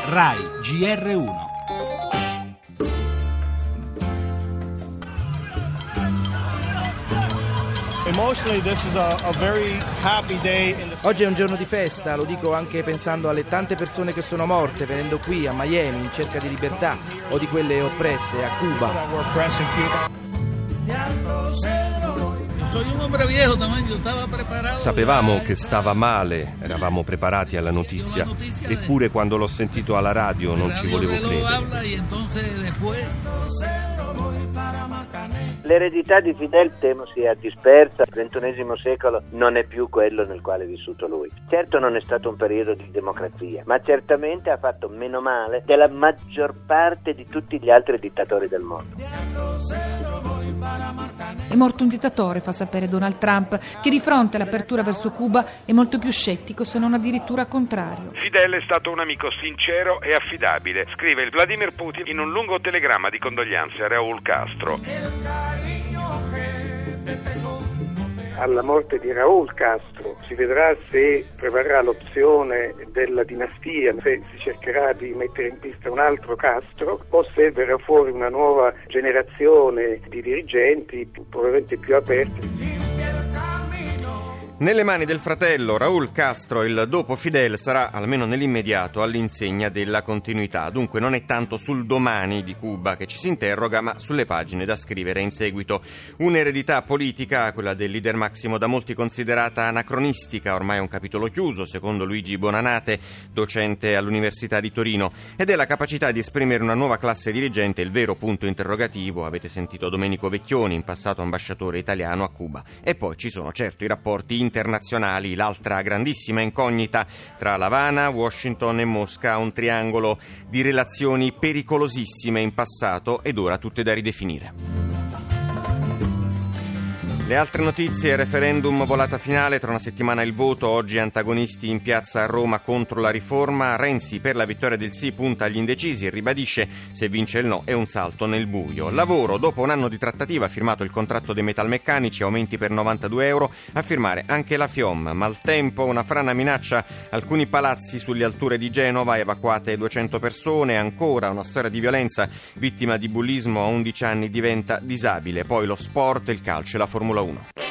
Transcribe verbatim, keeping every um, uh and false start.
Rai G R uno. Oggi è un giorno di festa, lo dico anche pensando alle tante persone che sono morte venendo qui a Miami in cerca di libertà o di quelle oppresse a Cuba. Sapevamo che stava male, eravamo preparati alla notizia, eppure quando l'ho sentito alla radio non ci volevo credere. L'eredità di Fidel temo sia dispersa, il ventunesimo secolo non è più quello nel quale è vissuto lui. Certo non è stato un periodo di democrazia, ma certamente ha fatto meno male della maggior parte di tutti gli altri dittatori del mondo. È morto un dittatore, fa sapere Donald Trump, che di fronte all'apertura verso Cuba è molto più scettico, se non addirittura contrario. Fidel è stato un amico sincero e affidabile, scrive il Vladimir Putin in un lungo telegramma di condoglianze a Raúl Castro. Alla morte di Raúl Castro si vedrà se prevarrà l'opzione della dinastia, se si cercherà di mettere in pista un altro Castro o se verrà fuori una nuova generazione di dirigenti probabilmente più aperti. Nelle mani del fratello Raúl Castro il dopo Fidel sarà, almeno nell'immediato, all'insegna della continuità. Dunque non è tanto sul domani di Cuba che ci si interroga, ma sulle pagine da scrivere in seguito. Un'eredità politica, quella del leader massimo, da molti considerata anacronistica, ormai è un capitolo chiuso, secondo Luigi Bonanate, docente all'Università di Torino, ed è la capacità di esprimere una nuova classe dirigente il vero punto interrogativo. Avete sentito Domenico Vecchioni, in passato ambasciatore italiano a Cuba. E poi ci sono certo i rapporti internazionali, l'altra grandissima incognita tra L'Avana, Washington e Mosca, un triangolo di relazioni pericolosissime in passato ed ora tutte da ridefinire. Le altre notizie: referendum, volata finale, tra una settimana il voto, oggi antagonisti in piazza a Roma contro la riforma. Renzi per la vittoria del sì punta agli indecisi e ribadisce se vince il no è un salto nel buio. Lavoro, dopo un anno di trattativa ha firmato il contratto dei metalmeccanici, aumenti per novantadue euro, a firmare anche la FIOM. Maltempo, una frana minaccia alcuni palazzi sulle alture di Genova, evacuate duecento persone, ancora una storia di violenza, vittima di bullismo a undici anni diventa disabile. Poi lo sport, il calcio e la Formula uno.